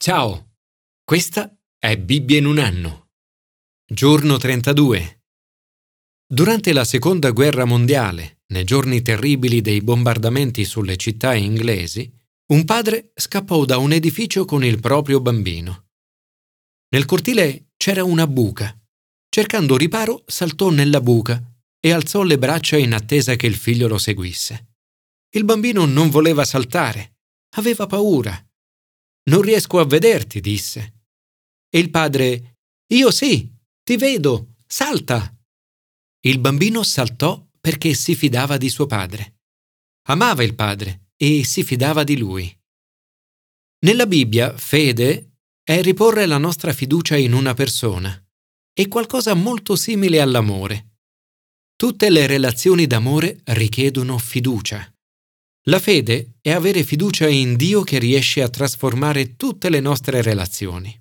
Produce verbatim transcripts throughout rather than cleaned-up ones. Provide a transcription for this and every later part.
Ciao, questa è Bibbia in un anno. Giorno trentadue. Durante la Seconda Guerra Mondiale, nei giorni terribili dei bombardamenti sulle città inglesi, un padre scappò da un edificio con il proprio bambino. Nel cortile c'era una buca. Cercando riparo, saltò nella buca e alzò le braccia in attesa che il figlio lo seguisse. Il bambino non voleva saltare, aveva paura. «Non riesco a vederti», disse. E il padre: «Io sì, ti vedo, salta!» Il bambino saltò perché si fidava di suo padre. Amava il padre e si fidava di lui. Nella Bibbia, fede è riporre la nostra fiducia in una persona. È qualcosa molto simile all'amore. Tutte le relazioni d'amore richiedono fiducia. La fede è avere fiducia in Dio che riesce a trasformare tutte le nostre relazioni.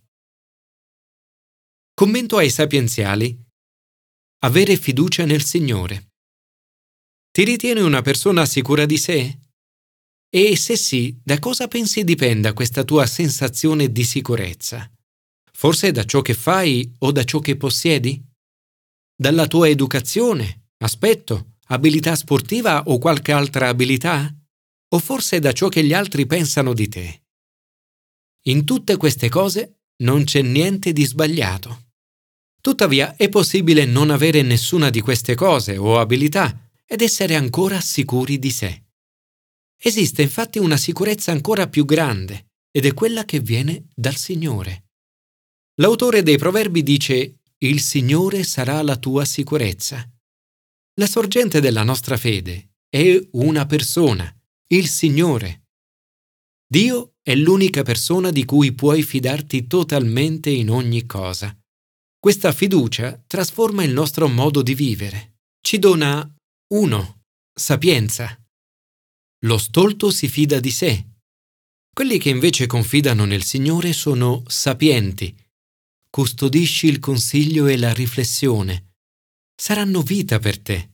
Commento ai sapienziali. Avere fiducia nel Signore. Ti ritieni una persona sicura di sé? E se sì, da cosa pensi dipenda questa tua sensazione di sicurezza? Forse da ciò che fai o da ciò che possiedi? Dalla tua educazione, aspetto, abilità sportiva o qualche altra abilità? O forse da ciò che gli altri pensano di te? In tutte queste cose non c'è niente di sbagliato. Tuttavia è possibile non avere nessuna di queste cose o abilità ed essere ancora sicuri di sé. Esiste infatti una sicurezza ancora più grande ed è quella che viene dal Signore. L'autore dei Proverbi dice: «Il Signore sarà la tua sicurezza». La sorgente della nostra fede è una persona, il Signore. Dio è l'unica persona di cui puoi fidarti totalmente in ogni cosa. Questa fiducia trasforma il nostro modo di vivere. Ci dona uno. Sapienza. Lo stolto si fida di sé. Quelli che invece confidano nel Signore sono sapienti. Custodisci il consiglio e la riflessione. Saranno vita per te.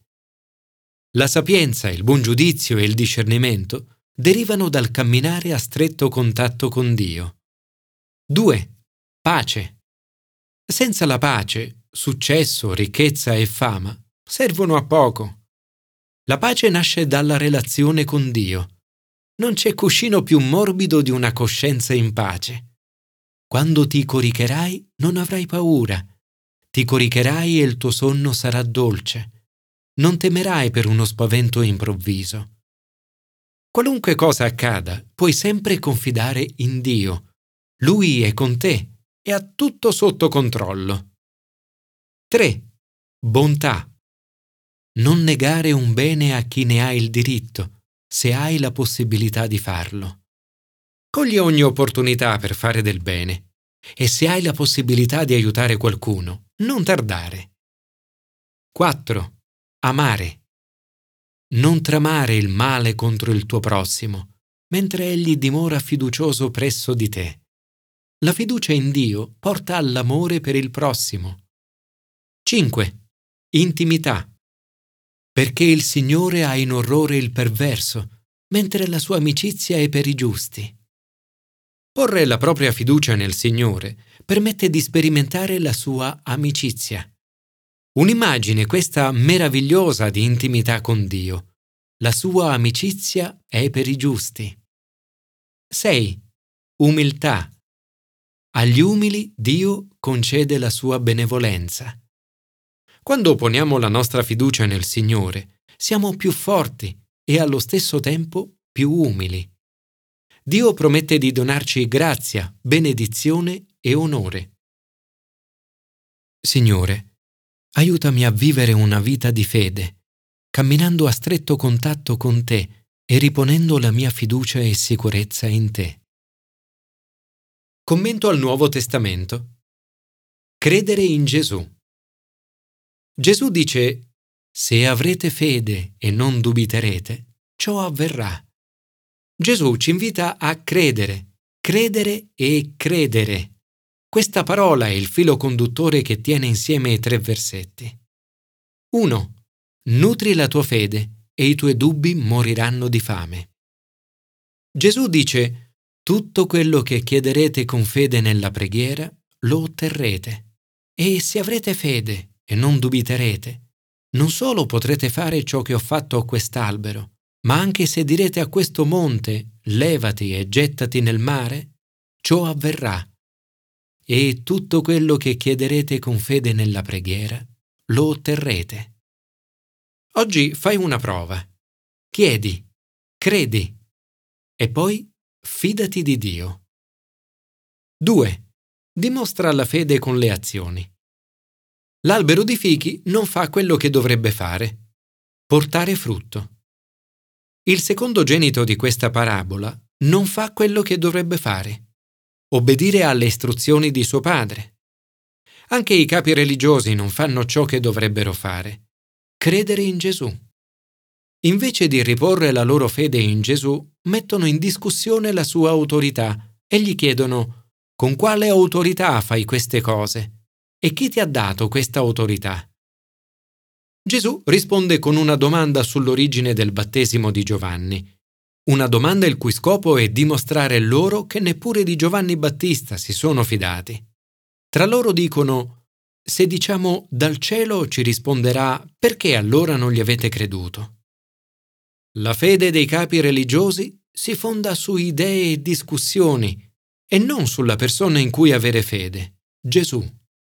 La sapienza, il buon giudizio e il discernimento derivano dal camminare a stretto contatto con Dio. due. Pace. Senza la pace, successo, ricchezza e fama servono a poco. La pace nasce dalla relazione con Dio. Non c'è cuscino più morbido di una coscienza in pace. Quando ti coricherai, non avrai paura. Ti coricherai e il tuo sonno sarà dolce. Non temerai per uno spavento improvviso. Qualunque cosa accada, puoi sempre confidare in Dio. Lui è con te e ha tutto sotto controllo. tre. Bontà. Non negare un bene a chi ne ha il diritto, se hai la possibilità di farlo. Cogli ogni opportunità per fare del bene e se hai la possibilità di aiutare qualcuno, non tardare. quattro. Amare. Non tramare il male contro il tuo prossimo, mentre egli dimora fiducioso presso di te. La fiducia in Dio porta all'amore per il prossimo. cinque. Intimità. Perché il Signore ha in orrore il perverso, mentre la sua amicizia è per i giusti. Porre la propria fiducia nel Signore permette di sperimentare la sua amicizia. Un'immagine questa meravigliosa di intimità con Dio. La sua amicizia è per i giusti. sei. Umiltà. Agli umili Dio concede la sua benevolenza. Quando poniamo la nostra fiducia nel Signore, siamo più forti e allo stesso tempo più umili. Dio promette di donarci grazia, benedizione e onore. Signore, aiutami a vivere una vita di fede, camminando a stretto contatto con te e riponendo la mia fiducia e sicurezza in te. Commento al Nuovo Testamento. Credere in Gesù. Gesù dice: «Se avrete fede e non dubiterete, ciò avverrà». Gesù ci invita a credere, credere e credere. Questa parola è il filo conduttore che tiene insieme i tre versetti. uno. Nutri la tua fede e i tuoi dubbi moriranno di fame. Gesù dice: tutto quello che chiederete con fede nella preghiera lo otterrete. E se avrete fede e non dubiterete, non solo potrete fare ciò che ho fatto a quest'albero, ma anche se direte a questo monte, levati e gettati nel mare, ciò avverrà. E tutto quello che chiederete con fede nella preghiera, lo otterrete. Oggi fai una prova. Chiedi, credi e poi fidati di Dio. due. Dimostra la fede con le azioni. L'albero di fichi non fa quello che dovrebbe fare: portare frutto. Il secondogenito di questa parabola non fa quello che dovrebbe fare: obbedire alle istruzioni di suo padre. Anche i capi religiosi non fanno ciò che dovrebbero fare: credere in Gesù. Invece di riporre la loro fede in Gesù, mettono in discussione la sua autorità e gli chiedono: con quale autorità fai queste cose? E chi ti ha dato questa autorità? Gesù risponde con una domanda sull'origine del battesimo di Giovanni, una domanda il cui scopo è dimostrare loro che neppure di Giovanni Battista si sono fidati. Tra loro dicono: se diciamo dal cielo ci risponderà, perché allora non gli avete creduto? La fede dei capi religiosi si fonda su idee e discussioni e non sulla persona in cui avere fede, Gesù.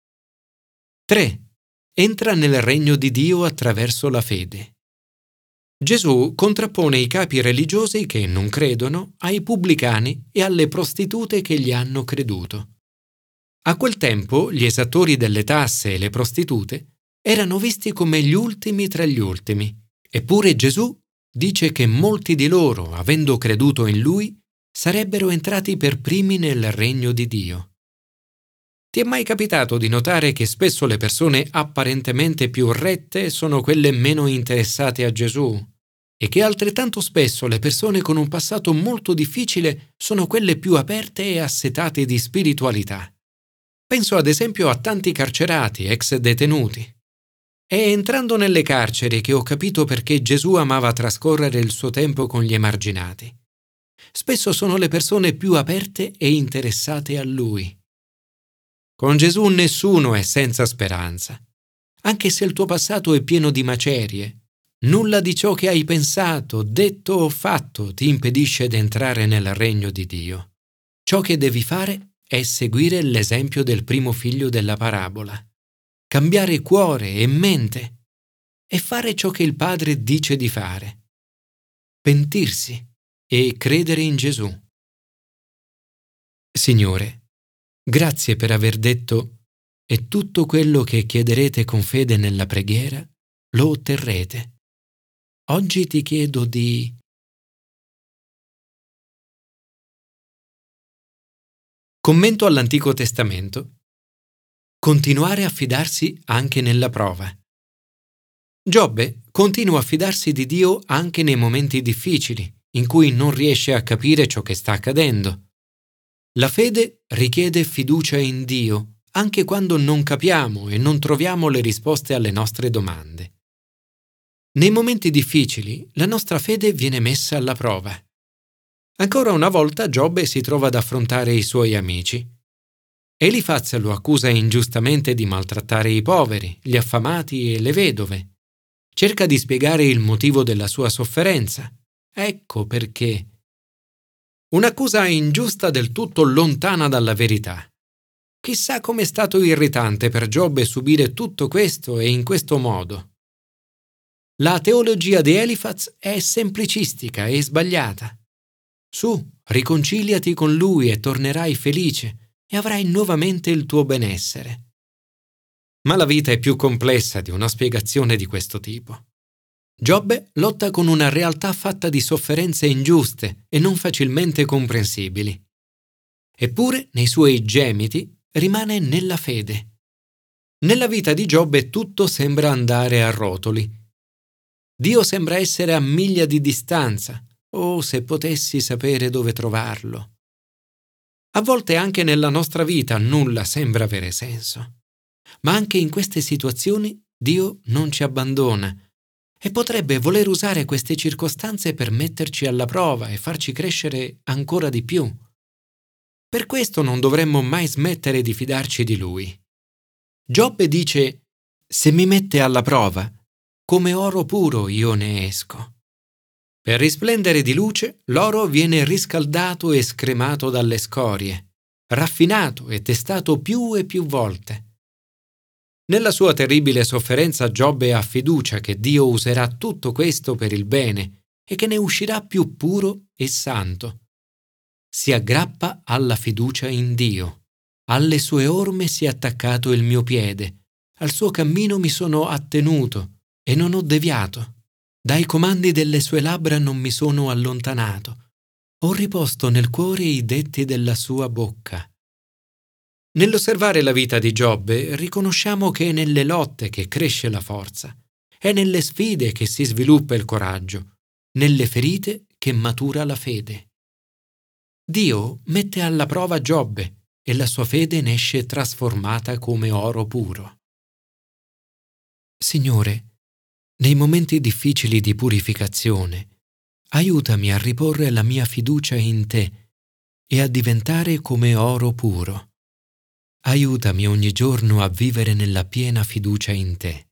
tre. Entra nel regno di Dio attraverso la fede. Gesù contrappone i capi religiosi che non credono ai pubblicani e alle prostitute che gli hanno creduto. A quel tempo gli esattori delle tasse e le prostitute erano visti come gli ultimi tra gli ultimi, eppure Gesù dice che molti di loro, avendo creduto in Lui, sarebbero entrati per primi nel regno di Dio. Ti è mai capitato di notare che spesso le persone apparentemente più rette sono quelle meno interessate a Gesù e che altrettanto spesso le persone con un passato molto difficile sono quelle più aperte e assetate di spiritualità? Penso ad esempio a tanti carcerati, ex detenuti. È entrando nelle carceri che ho capito perché Gesù amava trascorrere il suo tempo con gli emarginati. Spesso sono le persone più aperte e interessate a Lui. Con Gesù nessuno è senza speranza. Anche se il tuo passato è pieno di macerie, nulla di ciò che hai pensato, detto o fatto ti impedisce di entrare nel regno di Dio. Ciò che devi fare è seguire l'esempio del primo figlio della parabola, cambiare cuore e mente e fare ciò che il Padre dice di fare, pentirsi e credere in Gesù. Signore, grazie per aver detto: e tutto quello che chiederete con fede nella preghiera lo otterrete. Oggi ti chiedo di... Commento all'Antico Testamento. Continuare a fidarsi anche nella prova. Giobbe continua a fidarsi di Dio anche nei momenti difficili, in cui non riesce a capire ciò che sta accadendo. La fede richiede fiducia in Dio, anche quando non capiamo e non troviamo le risposte alle nostre domande. Nei momenti difficili, la nostra fede viene messa alla prova. Ancora una volta Giobbe si trova ad affrontare i suoi amici. Elifaz lo accusa ingiustamente di maltrattare i poveri, gli affamati e le vedove. Cerca di spiegare il motivo della sua sofferenza. Ecco perché. Un'accusa ingiusta del tutto lontana dalla verità. Chissà com'è stato irritante per Giobbe subire tutto questo e in questo modo. La teologia di Elifaz è semplicistica e sbagliata. Su, riconciliati con lui e tornerai felice e avrai nuovamente il tuo benessere. Ma la vita è più complessa di una spiegazione di questo tipo. Giobbe lotta con una realtà fatta di sofferenze ingiuste e non facilmente comprensibili. Eppure, nei suoi gemiti, rimane nella fede. Nella vita di Giobbe tutto sembra andare a rotoli. Dio sembra essere a miglia di distanza. Oh, se potessi sapere dove trovarlo. A volte anche nella nostra vita nulla sembra avere senso. Ma anche in queste situazioni Dio non ci abbandona e potrebbe voler usare queste circostanze per metterci alla prova e farci crescere ancora di più. Per questo non dovremmo mai smettere di fidarci di Lui. Giobbe dice: «Se mi mette alla prova, come oro puro io ne esco». Per risplendere di luce, l'oro viene riscaldato e scremato dalle scorie, raffinato e testato più e più volte. Nella sua terribile sofferenza Giobbe ha fiducia che Dio userà tutto questo per il bene e che ne uscirà più puro e santo. Si aggrappa alla fiducia in Dio. Alle sue orme si è attaccato il mio piede, al suo cammino mi sono attenuto e non ho deviato. Dai comandi delle sue labbra non mi sono allontanato. Ho riposto nel cuore i detti della sua bocca. Nell'osservare la vita di Giobbe riconosciamo che è nelle lotte che cresce la forza, è nelle sfide che si sviluppa il coraggio, nelle ferite che matura la fede. Dio mette alla prova Giobbe e la sua fede ne esce trasformata come oro puro. Signore, nei momenti difficili di purificazione, aiutami a riporre la mia fiducia in Te e a diventare come oro puro. Aiutami ogni giorno a vivere nella piena fiducia in Te.